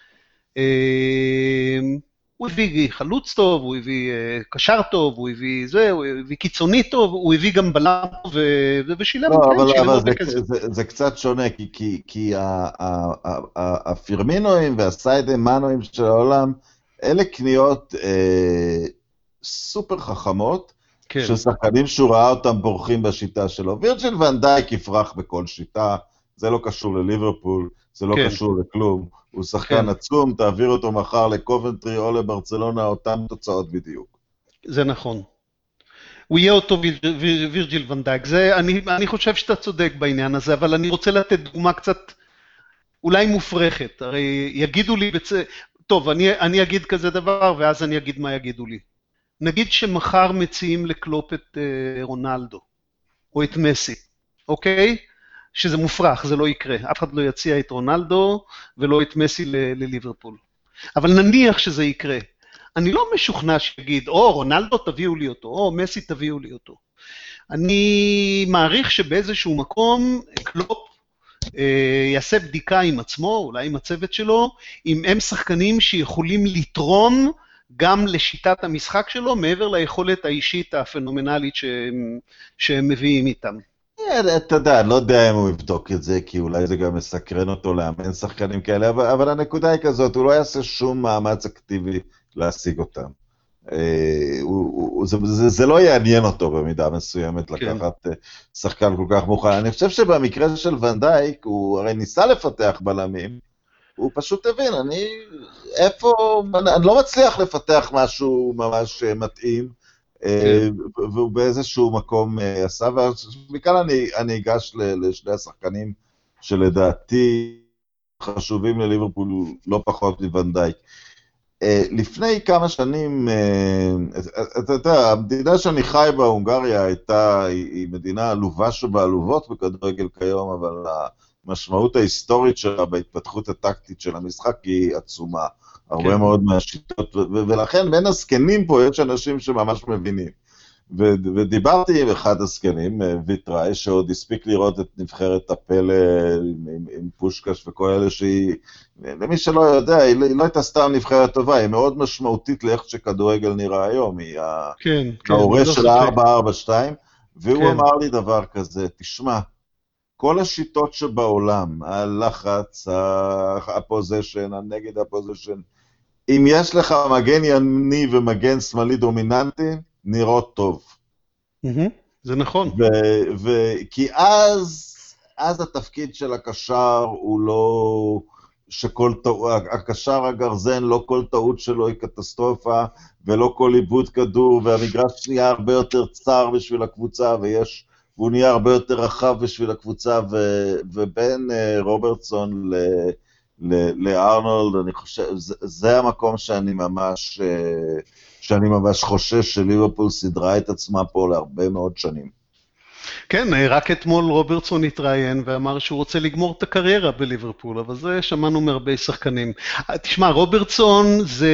הוא הביא חלוץ טוב, הוא הביא קשר טוב, הוא הביא זה, הוא הביא קיצוני טוב, הוא הביא גם בלם ושילם. לא, אבל זה קצת שונה, כי הפירמינואים והסיידמנואים של העולם, אלה קניות סופר חכמות, של שחקנים שהוא ראה אותם בורחים בשיטה שלו. וירג'יל ון דייק יפרח בכל שיטה, זה לא קשור לליברפול, זה לא קשור לכלום. הוא שחקן עצום, תעביר אותו מחר לקובנטרי או לברצלונה, אותם תוצאות בדיוק. זה נכון. הוא יהיה אותו וירג'יל ון דייק. אני חושב שאתה צודק בעניין הזה, אבל אני רוצה לתת דוגמה קצת אולי מופרכת. הרי יגידו לי, טוב, אני אגיד כזה דבר, ואז אני אגיד מה יגידו לי. נגיד שמחר מציעים לקלופ את רונלדו, או את מסי, אוקיי? שזה מופרך, זה לא יקרה. אף אחד לא יציע את רונלדו ולא את מסי לליברפול. אבל נניח שזה יקרה. אני לא משוכנע שיגיד, רונלדו תביאו לי אותו, מסי תביאו לי אותו. אני מעריך שבאיזשהו מקום קלופ יעשה בדיקה עם עצמו, אולי עם הצוות שלו, אם הם שחקנים שיכולים לתרום גם לשיטת המשחק שלו, מעבר ליכולת האישית הפנומנלית שהם מביאים איתם. אתה יודע, אני לא יודע אם הוא יבדוק את זה, כי אולי זה גם מסקרן אותו לאמן שחקנים כאלה, אבל הנקודה היא כזאת, הוא לא יעשה שום מאמץ אקטיבי להשיג אותם. זה לא יעניין אותו במידה מסוימת לקחת שחקן כל כך מוכן. אני חושב שבמקרה של ון דייק, הוא הרי ניסה לפתח בלמים, הוא פשוט הבין, אני לא מצליח לפתח משהו ממש מתאים, והוא באיזשהו מקום עשה, ומכאן אני אגש לשני השחקנים שלדעתי חשובים לליברפול לא פחות מוון דייק. לפני כמה שנים, אתה יודע, המדינה שאני חי בה, הונגריה, היא מדינה עלובה שבעלובות בכדורגל כיום, אבל המשמעות ההיסטורית שלה בהתפתחות הטקטית של המשחק היא עצומה. הרבה מאוד מהשיטות, ולכן בין הזקנים פה יש אנשים שממש מבינים. ודיברתי עם אחד הזקנים, ויטראי, שעוד הספיק לראות את נבחרת הפלא עם פושקש וכל אלה שהיא, למי שלא יודע, היא לא הייתה סתם נבחרת טובה, היא מאוד משמעותית לאיך שכדורגל נראה היום, היא ההורה של ה-442, והוא אמר לי דבר כזה, תשמע, כל השיטות שבעולם, הלחץ, הפוזיישן, הנגד הפוזיישן, אם יש לך מגן ימני ומגן שמאלי דומיננטי, נראות טוב. זה נכון. כי אז התפקיד של הקשר הוא לא, הקשר הגרזן, לא כל טעות שלו היא קטסטרופה, ולא כל איבוד כדור, והמגרש נהיה הרבה יותר צר בשביל הקבוצה, והוא נהיה הרבה יותר רחב בשביל הקבוצה, ובין רוברטסון לארנולד, אני חושב, זה המקום שאני ממש חושש שליברפול סדרה את עצמה פה להרבה מאוד שנים. כן, רק אתמול רוברטסון התראיין ואמר שהוא רוצה לגמור את הקריירה בליברפול, אבל זה שמענו מהרבה שחקנים. תשמע, רוברטסון זה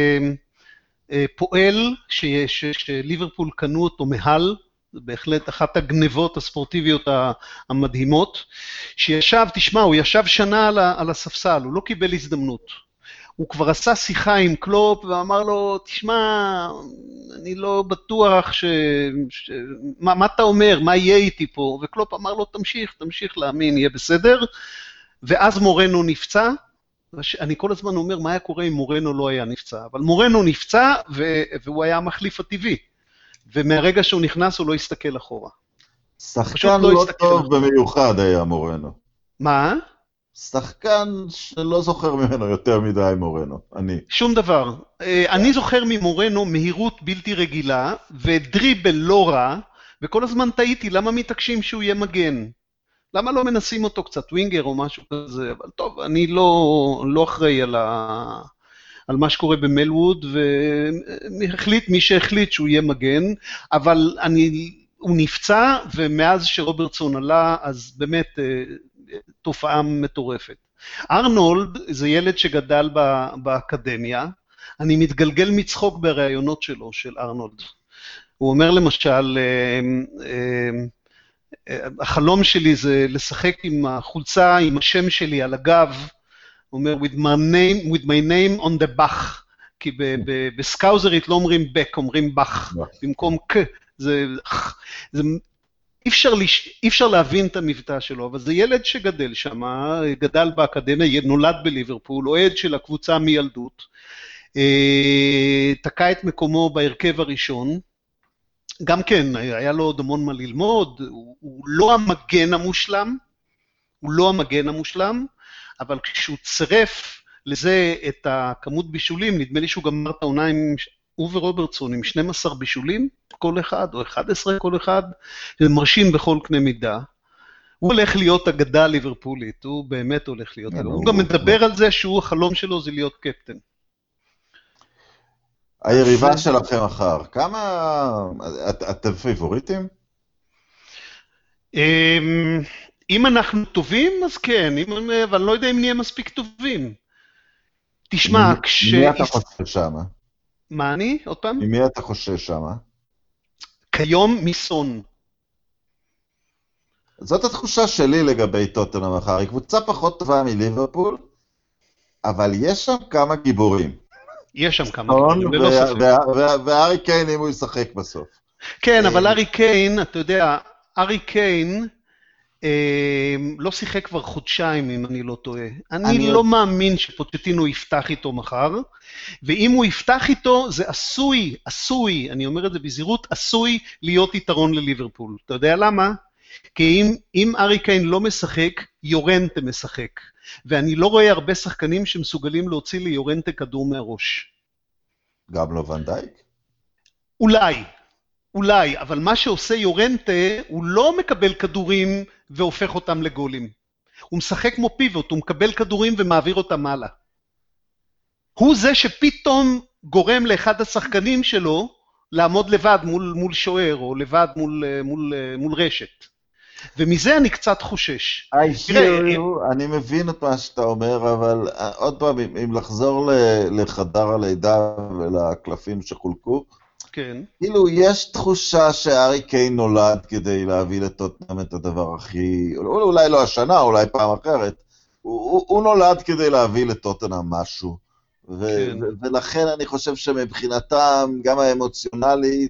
פועל שליברפול קנו אותו מהל, זה בהחלט אחת הגנבות הספורטיביות המדהימות, תשמע, הוא ישב שנה על הספסל, הוא לא קיבל הזדמנות. הוא כבר עשה שיחה עם קלופ ואמר לו, תשמע, אני לא בטוח מה אתה אומר, מה יהיה איתי פה? וקלופ אמר לו, תמשיך להאמין, יהיה בסדר. ואז מורנו נפצע, אני כל הזמן אומר, מה היה קורה אם מורנו לא היה נפצע? אבל מורנו נפצע והוא היה המחליף הטבעי. ומהרגע שהוא נכנס הוא לא הסתכל אחורה. שחקן לא טוב במיוחד היה מורנו. מה? שחקן שלא זוכר ממנו יותר מדי מורנו, אני. שום דבר. אני זוכר ממורנו מהירות בלתי רגילה, ודריבל לא רע, וכל הזמן טעיתי, למה מתעקשים שהוא יהיה מגן? למה לא מנסים אותו קצת ווינגר או משהו כזה? אבל טוב, אני לא אחראי על מה שקורה במלווד, והחליט מי שהחליט שהוא יהיה מגן, אבל הוא נפצע, ומאז שרוברטסון עלה, אז באמת תופעה מטורפת. ארנולד זה ילד שגדל באקדמיה, אני מתגלגל מצחוק בראיונות שלו, של ארנולד. הוא אומר למשל, החלום שלי זה לשחק עם החולצה, עם השם שלי על הגב, הוא אומר, with my name on the back, כי בסקאוזרית לא אומרים בק, אומרים בח, במקום ק, אי אפשר להבין את המבטא שלו, אבל זה ילד שגדל שם, גדל באקדמיה, נולד בליברפול, אוהד של הקבוצה מילדות, תקע את מקומו בהרכב הראשון, גם כן, היה לו עוד המון מה ללמוד, הוא לא המגן המושלם, אבל כשהוא צירף לזה את הכמות בישולים, נדמה לי שהוא גמר את העונה הוא ורוברטסון עם 12 בישולים כל אחד, או 11 כל אחד, זה מרשים בכל קנה מידה. הוא הולך להיות אגדה ליברפולית, הוא באמת הולך להיות. הוא גם מדבר על זה שהוא החלום שלו זה להיות קפטן. היריבה שלכם אחר, כמה, אתם פייבוריטים? אם אנחנו טובים, אז כן, אבל לא יודע אם נהיה מספיק טובים. תשמע, מי אתה חושש שם? מה אני? עוד פעם? מי אתה חושש שם? כיום מסון. זאת התחושה שלי לגבי טוטנהאם מחר. היא קבוצה פחות טובה מליברפול, אבל יש שם כמה גיבורים. יש שם כמה גיבורים, ללא ספק. והארי קיין אם הוא ישחק בסוף. כן, אבל הארי קיין, אתה יודע, הארי קיין לא שיחק כבר חודשיים, אם אני לא טועה. אני לא מאמין שפוצ'טינו יפתח איתו מחר, ואם הוא יפתח איתו, זה עשוי, אני אומר את זה בזהירות, עשוי להיות יתרון לליברפול. אתה יודע למה? כי אם הארי קיין לא משחק, יורנטה משחק. ואני לא רואה הרבה שחקנים שמסוגלים להוציא ליורנטה כדור מהראש. גם לא ון דייק? אולי, אבל מה שעושה יורנטה, הוא לא מקבל כדורים והופך אותם לגולים. הוא משחק כמו פיבוט, הוא מקבל כדורים ומעביר אותם הלאה. הוא זה שפתאום גורם לאחד השחקנים שלו לעמוד לבד מול שוער, או לבד מול רשת. ומזה אני קצת חושש. אני מבין את מה שאתה אומר, אבל עוד פעם, אם לחזור לחדר הלידה ולקלפים שחולקו, כן. כאילו, יש תחושה שארי קיין נולד כדי להביא לטוטנהאם את הדבר הכי, אולי לא השנה, אולי פעם אחרת, הוא נולד כדי להביא לטוטנהאם משהו, כן. ולכן אני חושב שמבחינתם, גם האמוציונלית,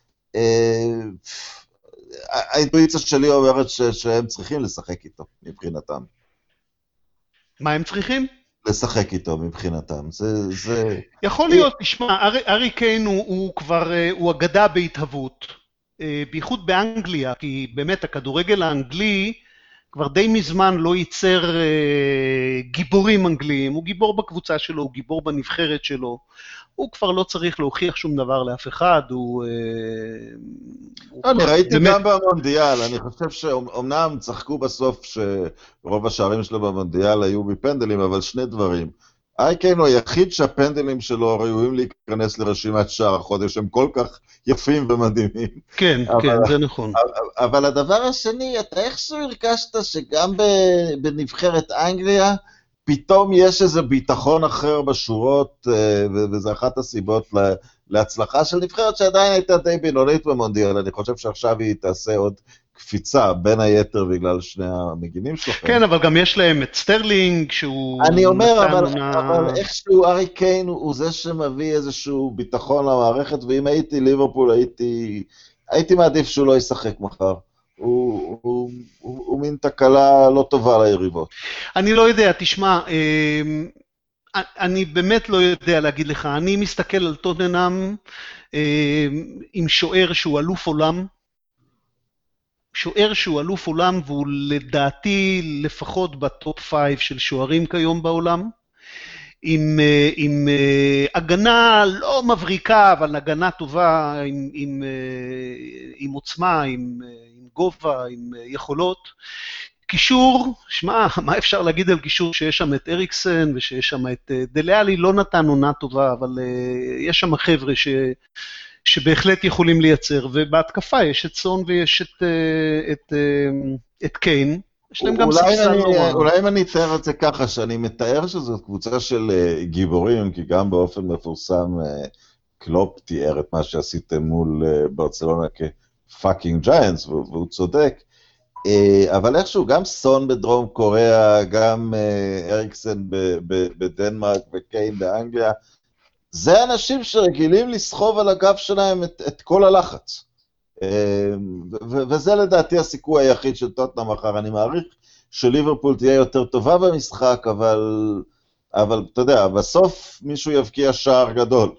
האינטואיציה שלי אומרת שהם צריכים לשחק איתו, מבחינתם. מה הם צריכים? לשחק איתו מבחינתם. יכול להיות, תשמע, ארי קיין הוא כבר, הוא אגדה בהתהוות, בייחוד באנגליה, כי באמת הכדורגל האנגלי כבר די מזמן לא ייצר גיבורים אנגליים, הוא גיבור בקבוצה שלו, הוא גיבור בנבחרת שלו, הוא כבר לא צריך להוכיח שום דבר לאף אחד, אני ראיתי גם במונדיאל, אני חושב שאומנם צחקו בסוף שרוב השערים שלו במונדיאל היו מפנדלים, אבל שני דברים. ארי קיין הוא היחיד שהפנדלים שלו ראויים להיכנס לרשימת שער החודש, הם כל כך יפים ומדהימים. כן, כן, זה נכון. אבל הדבר השני, אתה איכשהו הרגשת שגם בנבחרת אנגליה, פתאום יש איזה ביטחון אחר בשורות, וזה אחת הסיבות להצלחה של נבחרת שעדיין הייתה די בינונית במונדיאל, אני חושב שעכשיו היא תעשה עוד קפיצה, בין היתר בגלל שני המגינים שלכם. כן, אבל גם יש להם את סטרלינג, שהוא... אני אומר, אבל איכשהו ארי קיין הוא זה שמביא איזשהו ביטחון למערכת, ואם הייתי ליברפול, הייתי מעדיף שהוא לא ישחק מחר. הוא מין תקלה לא טובה ליריבות. אני לא יודע, תשמע, אני באמת לא יודע להגיד לך, אני מסתכל על טוטנהאם עם שוער שהוא אלוף עולם, והוא לדעתי לפחות בטופ 5 של שוערים כיום בעולם, עם הגנה לא מבריקה, אבל הגנה טובה, עם עוצמה, עם גובה, עם יכולות. קישור, שמע, מה אפשר להגיד על קישור שיש שם את אריקסן ושיש שם את דליאלי, לא נתן עונה טובה, אבל יש שם חבר'ה שבהחלט יכולים לייצר, ובהתקפה יש את סון ויש את קיין, יש להם גם ספסל לא רע. אולי אם אני אתאר את זה ככה, שאני מתאר שזו קבוצה של גיבורים, כי גם באופן מפורסם קלופ תיאר את מה שעשיתם מול ברצלונה כפאקינג ג'יינטס, והוא צודק, אבל איכשהו גם סון בדרום קוריאה, גם אריקסן בדנמרק וקיין באנגליה, זה אנשים שרגילים לסחוב על הגב שלהם את כל הלחץ. וזה לדעתי הסיכוי היחיד של טוטנהאם מחר. אני מעריך שליברפול תהיה יותר טובה במשחק, אבל אתה יודע, בסוף מישהו יבקיע שער גדול.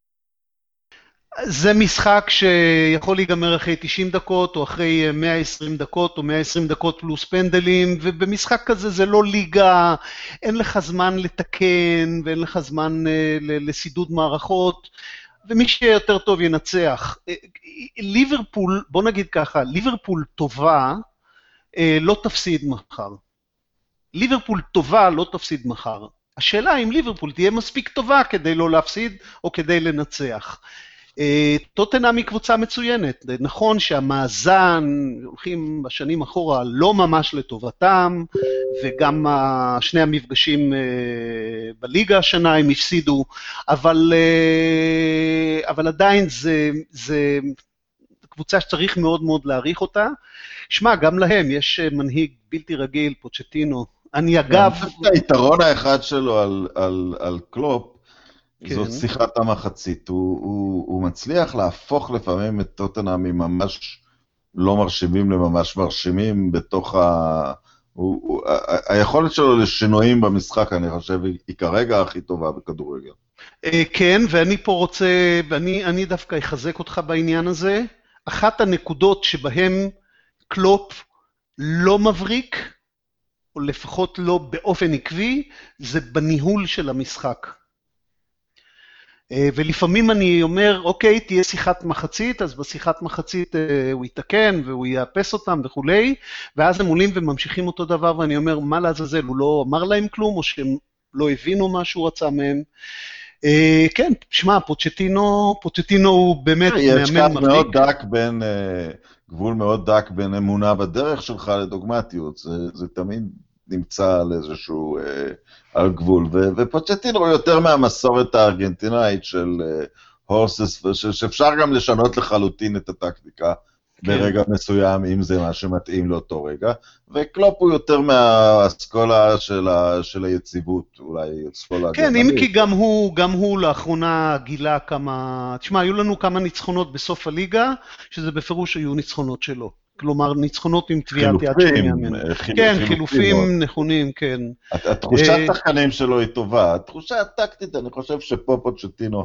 זה משחק שיכול להיגמר אחרי 90 דקות, או אחרי 120 דקות, או 120 דקות פלוס פנדלים, ובמשחק כזה זה לא ליגה, אין לך זמן לתקן, ואין לך זמן לסידוד מערכות, ומי שיהיה יותר טוב ינצח. ליברפול, בוא נגיד ככה, ליברפול טובה לא תפסיד מחר. ליברפול טובה לא תפסיד מחר. השאלה אם ליברפול תהיה מספיק טובה כדי לא להפסיד, או כדי לנצח. טוטנהאם היא קבוצה מצוינת, נכון שהמאזן, הולכים בשנים אחורה, לא ממש לטובתם, וגם שני המפגשים בליגה השנה הם הפסידו, אבל עדיין זה קבוצה שצריך מאוד מאוד להעריך אותה. שמע, גם להם יש מנהיג בלתי רגיל, פוצ'טינו. אני אגב... היתרון האחד שלו על קלופ, זאת שיחת המחצית, הוא מצליח להפוך לפעמים את טוטנהאם ממש לא מרשימים לממש מרשימים בתוך היכולת שלו לשינויים במשחק, אני חושב, היא כרגע הכי טובה בכדורגל. כן, ואני פה רוצה, אני דווקא אחזק אותך בעניין הזה, אחת הנקודות שבהם קלופ לא מבריק, או לפחות לא באופן עקבי, זה בניהול של המשחק. ולפעמים אני אומר, אוקיי, תהיה שיחת מחצית, אז בשיחת מחצית הוא יתקן והוא יאפס אותם וכולי, ואז הם עולים וממשיכים אותו דבר, ואני אומר, מה לעזאזל, הוא לא אמר להם כלום, או שהם לא הבינו מה שהוא רצה מהם. כן, שמע, פוצ'טינו הוא באמת מאמן מבריק. מאוד דק בין, גבול מאוד דק בין אמונה בדרך שלך לדוגמטיות, זה תמיד נמצא על איזשהו, על גבול, ופוצ'טינו הוא יותר מהמסורת הארגנטינאית של horses, שאפשר גם לשנות לחלוטין את הטקטיקה ברגע מסוים, אם זה מה שמתאים לאותו רגע, וקלופ הוא יותר מהאסכולה של היציבות, אולי אסכולה כן, אם כי גם הוא לאחרונה גילה כמה, תשמע, היו לנו כמה ניצחונות בסוף הליגה, שזה בפירוש היו ניצחונות שלו. כלומר, ניצחונות עם טביעת יד של מאמן. כן, חילופים נכונים, כן. התחושת שחקנים שלו היא טובה, התחושה הטקטית, אני חושב שפה פוצ'טינו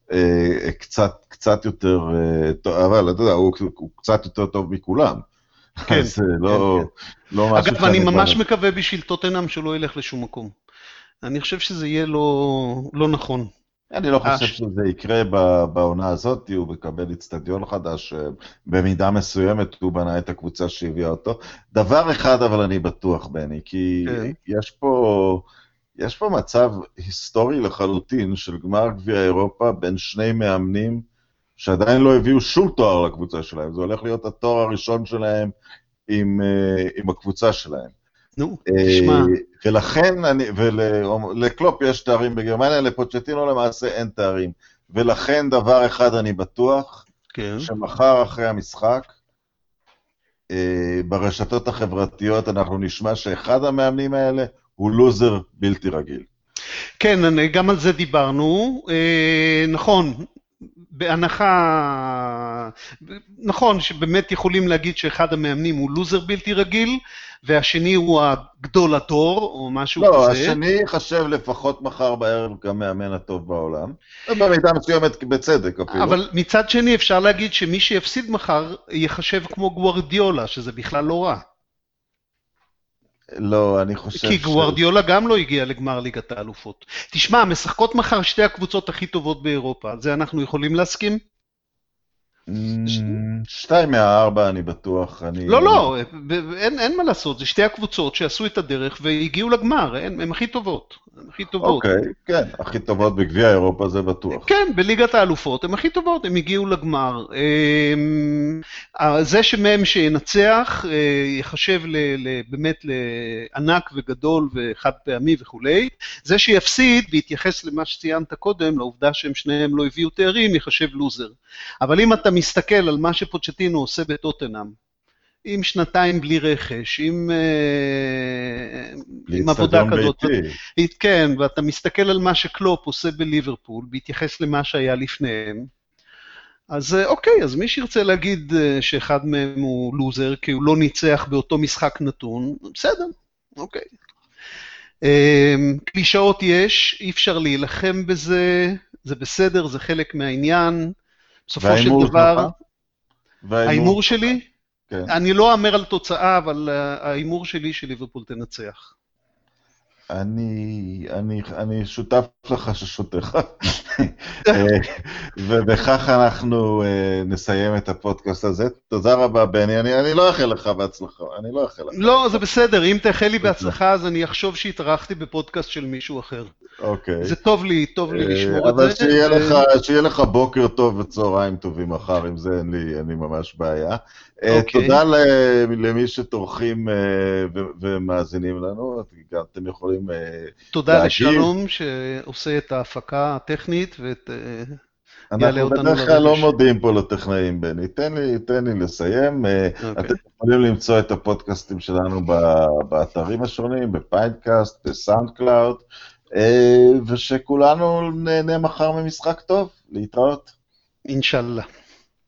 קצת יותר טוב, אבל אתה יודע, הוא קצת יותר טוב מכולם. כן, אז לא משהו... אגב, אני ממש מקווה בשביל טוטנהאם שלא ילך לשום מקום. אני חושב שזה יהיה לא נכון. אני לא חושב שזה יקרה בעונה הזאת, הוא מקבל אצטדיון חדש, במידה מסוימת הוא בנה את הקבוצה שהביאה אותו. דבר אחד אבל אני בטוח, בני, כי יש פה מצב היסטורי לחלוטין של גמר גביע אירופה בין שני מאמנים שעדיין לא הביאו שום תואר לקבוצה שלהם. זה הולך להיות התואר הראשון שלהם עם הקבוצה שלהם. נו, תשמע. ולכן, ולקלופ יש תארים בגרמניה, לפוצ'טינו למעשה אין תארים. ולכן דבר אחד אני בטוח, שמחר אחרי המשחק, ברשתות החברתיות אנחנו נשמע שאחד המאמנים האלה הוא לוזר בלתי רגיל. כן, גם על זה דיברנו. נכון, בהנחה, נכון שבאמת יכולים להגיד שאחד המאמנים הוא לוזר בלתי רגיל, והשני הוא הגדול הדור, או משהו כזה. לא, השני יחשב לפחות מחר בערב כמאמן הטוב בעולם, במידה מסוימת בצדק אפילו. אבל מצד שני אפשר להגיד שמי שיפסיד מחר יחשב כמו גוארדיולה, שזה בכלל לא רע. לא, אני חושב כי גוארדיולה גם לא הגיע לגמר ליגת האלופות. תשמע, משחקות מחר שתי הקבוצות הכי טובות באירופה, על זה אנחנו יכולים להסכים? 2 מה-4 אני בטוח. לא, אין מה לעשות, זה שתי הקבוצות שעשו את הדרך והגיעו לגמר, הן הכי טובות. אוקיי, כן, הכי טובות בגביע אירופה זה בטוח. כן, בליגת האלופות הן הכי טובות, הן הגיעו לגמר. זה שמהם שינצח יחשב באמת לענק וגדול וחד פעמי וכולי. זה שיפסיד, בהתייחס למה שציינת קודם, לעובדה שהם שניהם לא הביאו תארים, יחשב לוזר. אבל אם אתה מסתכל על מה שפוצ'טינו עושה בטוטנהאם, עם שנתיים בלי רכש, עם עבודה כזאת, כן, ואתה מסתכל על מה שקלופ עושה בליברפול, בהתייחס למה שהיה לפניהם, אז אוקיי, אז מי שירצה להגיד שאחד מהם הוא לוזר, כי הוא לא ניצח באותו משחק נתון, בסדר, אוקיי. קלישאות יש, אי אפשר להילחם בזה, זה בסדר, זה חלק מהעניין, בסופו של דבר, האימור שלי, כן. אני לא אומר על תוצאה, אבל האימור שלי שליברפול תנצח. אני שותף לחששותיך, ובכך אנחנו נסיים את הפודקאסט הזה. תודה רבה, בני, אני לא אאחל לך בהצלחה, אני לא אאחל לך. לא, זה בסדר, אם תאחל לי בהצלחה, אז אני אחשוב שהתארחתי בפודקאסט של מישהו אחר. אוקיי. זה טוב לי לשמור את זה. אבל שיהיה לך בוקר טוב וצהריים טובים מחר, עם זה אין לי ממש בעיה. תודה למי שטורחים ומאזינים לנו, אתם יכולים להגיב. תודה לשלום שעושה את ההפקה הטכנית ואת... אנחנו בדרך כלל לא מודיעים פה לטכנאים, בני. תן לי לסיים. אתם יכולים למצוא את הפודקאסטים שלנו באתרים השונים, בפיינקאסט, בסאונד קלאוד, ושכולנו נהנה מחר ממשחק טוב. להתראות. אינשאללה.